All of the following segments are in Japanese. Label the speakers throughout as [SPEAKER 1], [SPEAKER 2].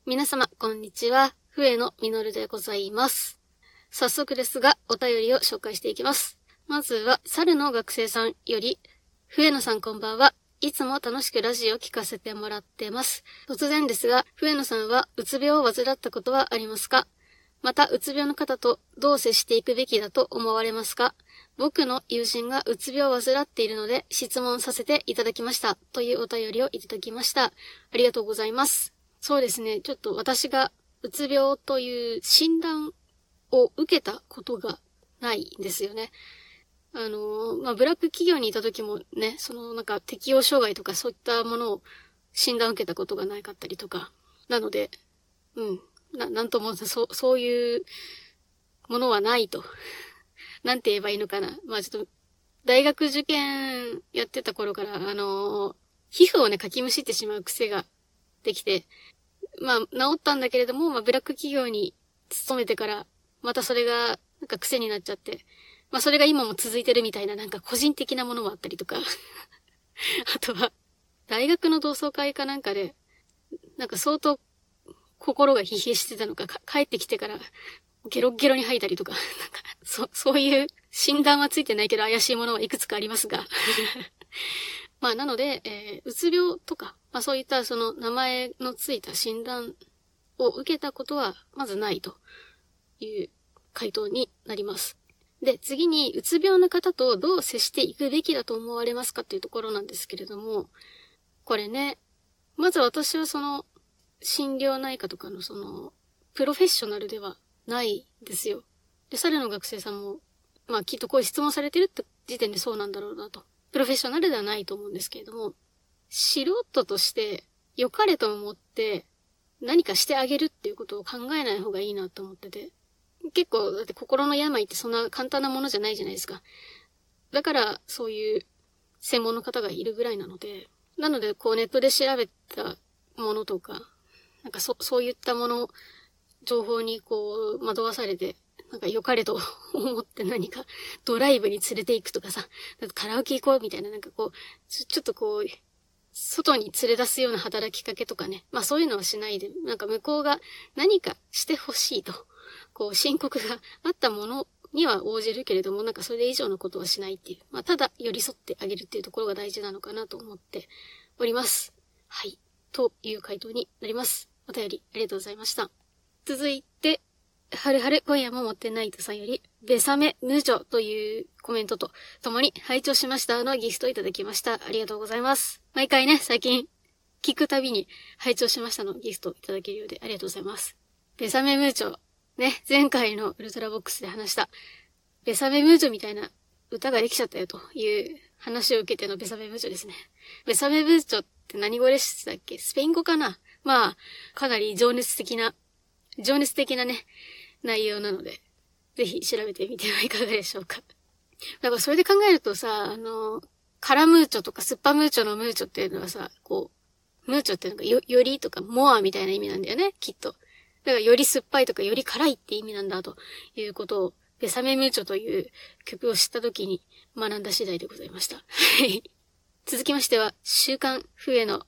[SPEAKER 1] 皆様、こんにちは。笛野実でございます。早速ですが、お便りを紹介していきます。まずは、猿の学生さんより、笛野さんこんばんは。いつも楽しくラジオを聞かせてもらってます。突然ですが、笛野さんはうつ病を患ったことはありますか？また、うつ病の方とどう接していくべきだと思われますか？僕の友人がうつ病を患っているので質問させていただきました。というお便りをいただきました。ありがとうございます。そうですね。ちょっと私がうつ病という診断を受けたことがないんですよね。ブラック企業にいた時もね、適応障害とかそういったものを診断を受けたことがなかったりとか。なので、なんともそういうものはないと。なんて言えばいいのかな。ちょっと、大学受験やってた頃から、皮膚をね、かきむしってしまう癖ができて、治ったんだけれども、ブラック企業に勤めてから、またそれが、癖になっちゃって、それが今も続いてるみたいな、個人的なものもあったりとか。あとは、大学の同窓会かなんかで、相当、心が疲弊してたのか、帰ってきてから、ゲロッゲロに吐いたりとか、そういう診断はついてないけど怪しいものはいくつかありますが。なので、うつ病とか、そういったその名前のついた診断を受けたことはまずないという回答になります。で、次に、うつ病の方とどう接していくべきだと思われますかというところなんですけれども、これね、まず私は心療内科とかのプロフェッショナルではないですよ。で、猿の学生さんも、きっとこういう質問されてるって時点でそうなんだろうなと。プロフェッショナルではないと思うんですけれども、素人として良かれと思って何かしてあげるっていうことを考えない方がいいなと思ってて。結構、だって心の病ってそんな簡単なものじゃないじゃないですか。だから、そういう専門の方がいるぐらいなので、なので、ネットで調べたものとか、そういったもの、情報に惑わされて、良かれと思って何かドライブに連れて行くとかさ、カラオケ行こうみたいなちょっと外に連れ出すような働きかけとかね。そういうのはしないで、向こうが何かしてほしいと、申告があったものには応じるけれども、それ以上のことはしないっていう。ただ寄り添ってあげるっていうところが大事なのかなと思っております。はい。という回答になります。お便りありがとうございました。続いて、はるはる今夜も持ってないとさんより、ベサメヌジョというコメントと共に拝聴しましたのギフトいただきました。ありがとうございます。毎回ね、最近聞くたびに拝聴しましたのギフトいただけるようでありがとうございます。ベサメムーチョ。ね、前回のウルトラボックスで話した、ベサメムーチョみたいな歌ができちゃったよという話を受けてのベサメムーチョですね。ベサメムーチョって何語でしたっけ？スペイン語かな？かなり情熱的なね、内容なので、ぜひ調べてみてはいかがでしょうか。それで考えるとさ、カラムーチョとかスッパムーチョのムーチョっていうのはさ、ムーチョってよりとかモアみたいな意味なんだよね、きっと。だからより酸っぱいとかより辛いって意味なんだということを、ベサメムーチョという曲を知った時に学んだ次第でございました。続きましては、週刊笛の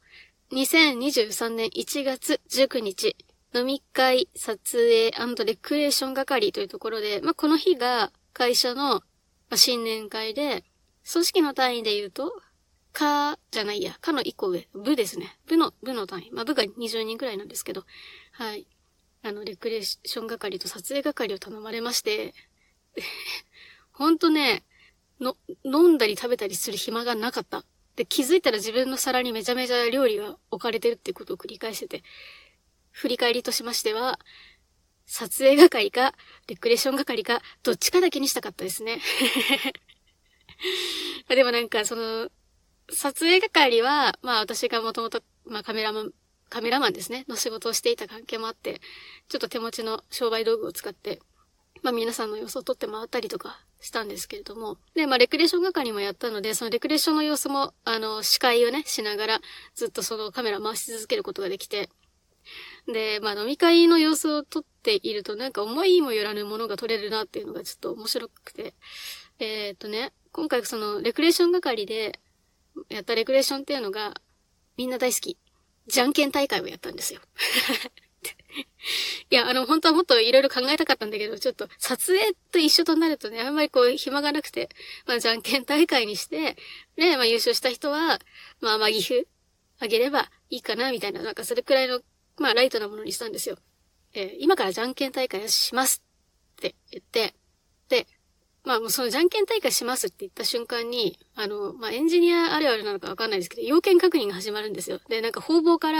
[SPEAKER 1] 2023年1月19日、飲み会、撮影&レクリエーション係というところで、この日が会社の新年会で、組織の単位で言うと、かの一個上、部ですね。部の単位。部が20人くらいなんですけど、はい。レクリエーション係と撮影係を頼まれまして、ほんとね、飲んだり食べたりする暇がなかった。で、気づいたら自分の皿にめちゃめちゃ料理が置かれてるっていうことを繰り返してて、振り返りとしましては、撮影係か、レクリエーション係か、どっちかだけにしたかったですね。でも撮影係は、私がもともと、カメラマンですね、の仕事をしていた関係もあって、ちょっと手持ちの商売道具を使って、皆さんの様子を撮って回ったりとかしたんですけれども、で、レクリエーション係もやったので、そのレクリエーションの様子も、司会をね、しながら、ずっとそのカメラ回し続けることができて、で、飲み会の様子を撮っていると思いもよらぬものが撮れるなっていうのがちょっと面白くて。今回レクリエーション係でやったレクリエーションっていうのがみんな大好き。じゃんけん大会をやったんですよ。 いや、本当はもっといろいろ考えたかったんだけど、ちょっと撮影と一緒となるとね、あんまり暇がなくて、じゃんけん大会にして、ね、優勝した人は、岐阜あげればいいかな、みたいな、なんかそれくらいの、ライトなものにしたんですよ。今からじゃんけん大会をしますって言って、で、もうそのじゃんけん大会しますって言った瞬間に、エンジニアあるあるなのかわかんないですけど、要件確認が始まるんですよ。で、なんか方々から、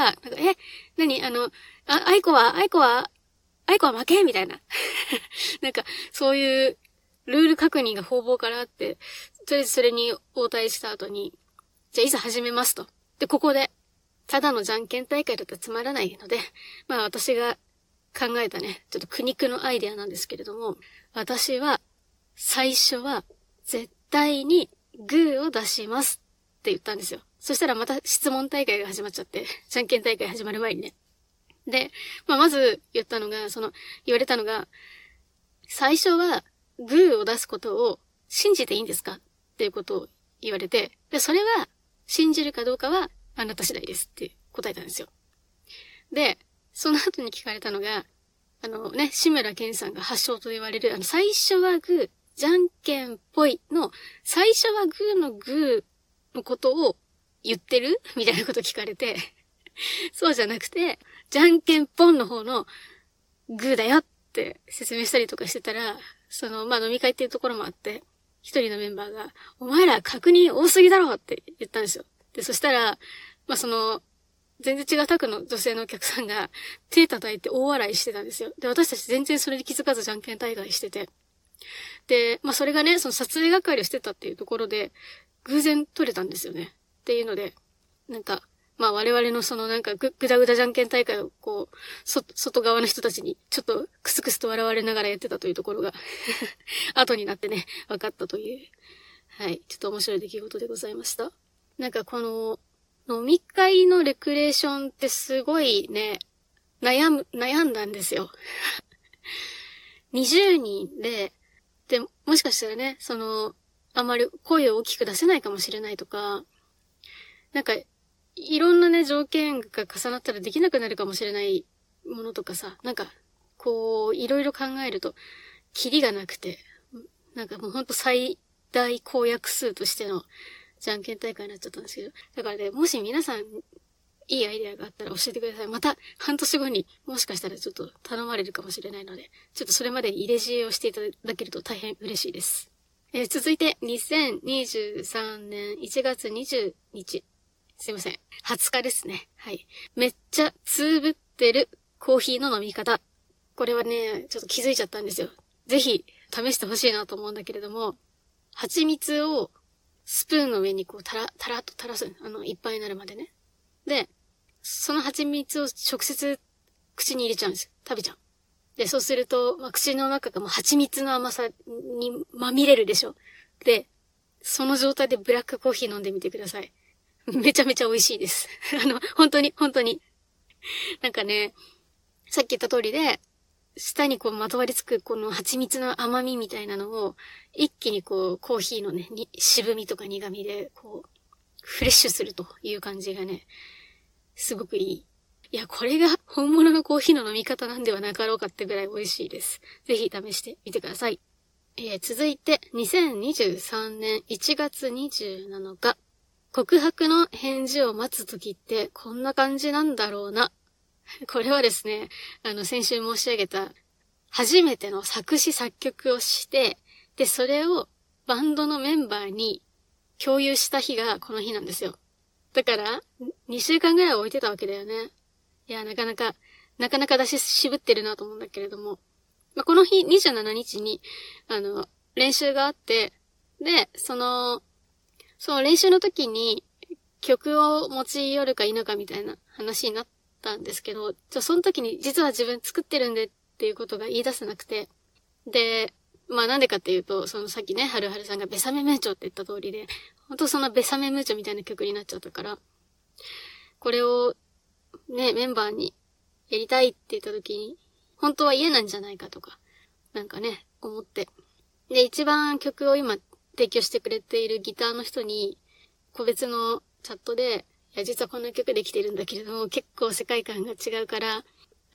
[SPEAKER 1] アイコは負けみたいな。なんか、そういうルール確認が方々からあって、とりあえずそれに応対した後に、じゃあいざ始めますと。で、ここで、ただのじゃんけん大会だとつまらないので、私が考えたね、ちょっと苦肉のアイデアなんですけれども、私は、最初は、絶対にグーを出しますって言ったんですよ。そしたらまた質問大会が始まっちゃって、じゃんけん大会始まる前にね。で、まず言われたのが、最初はグーを出すことを信じていいんですかっていうことを言われて、で、それは信じるかどうかはあなた次第ですって答えたんですよ。で、その後に聞かれたのが、志村けんさんが発祥と言われる、最初はグー、じゃんけんぽいの、最初はグーのグーのことを言ってるみたいなこと聞かれて、そうじゃなくて、じゃんけんぽんの方のグーだよって説明したりとかしてたら、飲み会っていうところもあって、一人のメンバーが、お前ら確認多すぎだろって言ったんですよ。で、そしたら、全然違うタクの女性のお客さんが手叩いて大笑いしてたんですよ。で、私たち全然それに気づかずじゃんけん大会してて。で、それがね、その撮影係をしてたっていうところで、偶然撮れたんですよね。っていうので、なんか、我々のぐだぐだじゃんけん大会を外側の人たちにちょっとクスクスと笑われながらやってたというところが、後になってね、分かったという、はい、ちょっと面白い出来事でございました。なんか飲み会のレクレーションってすごいね、悩んだんですよ。20人で、もしかしたらね、あんまり声を大きく出せないかもしれないとか、なんか、いろんなね、条件が重なったらできなくなるかもしれないものとかさ、なんか、いろいろ考えると、キリがなくて、なんかもうほんと最大公約数としての、じゃんけん大会になっちゃったんですけど。だからね、もし皆さん、いいアイデアがあったら教えてください。また、半年後にもしかしたらちょっと頼まれるかもしれないので、ちょっとそれまでに入れ知恵をしていただけると大変嬉しいです。続いて、2023年1月20日。すいません。20日ですね。はい。めっちゃつぶってるコーヒーの飲み方。これはね、ちょっと気づいちゃったんですよ。ぜひ、試してほしいなと思うんだけれども、蜂蜜をスプーンの上にたらっと垂らす。いっぱいになるまでね。で、その蜂蜜を直接口に入れちゃうんですよ。食べちゃう。で、そうすると、口の中がもう蜂蜜の甘さにまみれるでしょ。で、その状態でブラックコーヒー飲んでみてください。めちゃめちゃ美味しいです。本当に。なんかね、さっき言った通りで、舌にまとわりつくこの蜂蜜の甘みみたいなのを、一気にコーヒーのね、渋みとか苦みで、フレッシュするという感じがね、すごくいい。いや、これが本物のコーヒーの飲み方なんではなかろうかってぐらい美味しいです。ぜひ試してみてください。続いて、2023年1月27日。告白の返事を待つときってこんな感じなんだろうな。これはですね、先週申し上げた初めての作詞作曲をして、で、それをバンドのメンバーに共有した日がこの日なんですよ。だから、2週間ぐらい置いてたわけだよね。いや、なかなか出し渋ってるなと思うんだけれども。この日、27日に、練習があって、で、その練習の時に曲を持ち寄るか否かみたいな話になったんですけど、その時に実は自分作ってるんでっていうことが言い出せなくて、で、なんでかっていうと、さっきね、はるはるさんがベサメムーチョって言った通りで、本当そのベサメムーチョみたいな曲になっちゃったから、これをね、メンバーにやりたいって言った時に、本当は嫌なんじゃないかとか、なんかね、思って。で、一番曲を今提供してくれているギターの人に、個別のチャットで、いや、実はこの曲できてるんだけれども、結構世界観が違うから、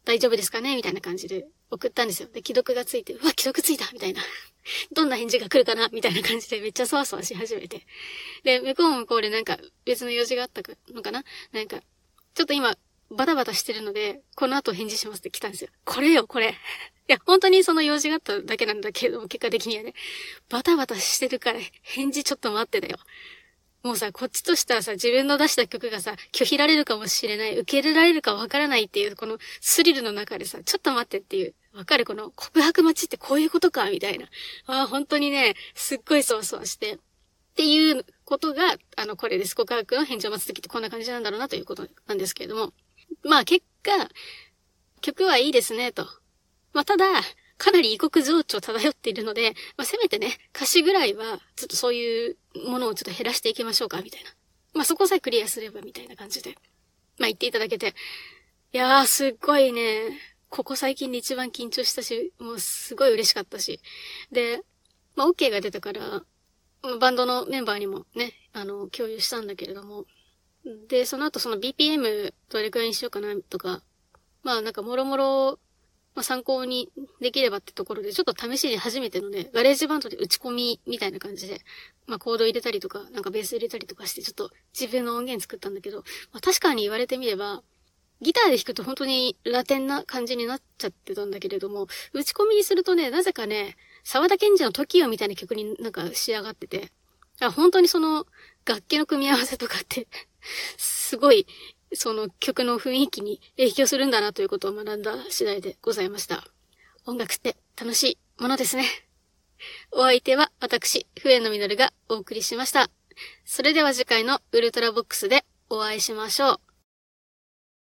[SPEAKER 1] 大丈夫ですかねみたいな感じで送ったんですよ。で、既読がついて、うわ、既読ついたみたいな。どんな返事が来るかなみたいな感じでめっちゃそわそわし始めて。で、向こうも向こうでなんか別の用事があったのかななんか、ちょっと今、バタバタしてるので、この後返事しますって来たんですよ。これよ、これ。いや、本当にその用事があっただけなんだけれども、結果的にはね、バタバタしてるから返事ちょっと待ってだよ。もうさ、こっちとしてはさ、自分の出した曲がさ、拒否られるかもしれない、受け入れられるかわからないっていう、このスリルの中でさ、ちょっと待ってっていう、わかるこの告白待ちってこういうことかみたいな。ああ、本当にね、すっごいそわそわして。っていうことが、これです。告白の返事を待つときってこんな感じなんだろうなということなんですけれども。まあ結果、曲はいいですね、と。まあただ、かなり異国情緒漂っているので、まあせめてね、歌詞ぐらいは、ちょっとそういうものをちょっと減らしていきましょうか、みたいな。まあそこさえクリアすれば、みたいな感じで。まあ言っていただけて。いやー、すっごいね、ここ最近で一番緊張したし、もうすごい嬉しかったし。で、まあ OK が出たから、バンドのメンバーにもね、共有したんだけれども。で、その後その BPM どれくらいにしようかなとか、まあなんかもろもろ、まあ参考にできればってところで、ちょっと試しに初めてのね、ガレージバンドで打ち込みみたいな感じで、まあコード入れたりとか、なんかベース入れたりとかして、ちょっと自分の音源作ったんだけど、まあ確かに言われてみれば、ギターで弾くと本当にラテンな感じになっちゃってたんだけれども、打ち込みにするとね、なぜかね、沢田研二の TOKIO みたいな曲になんか仕上がってて、本当にその楽器の組み合わせとかってすごいその曲の雰囲気に影響するんだなということを学んだ次第でございました。音楽って楽しいものですね。お相手は私、笛野実がお送りしました。それでは次回のウルトラボックスでお会いしましょう。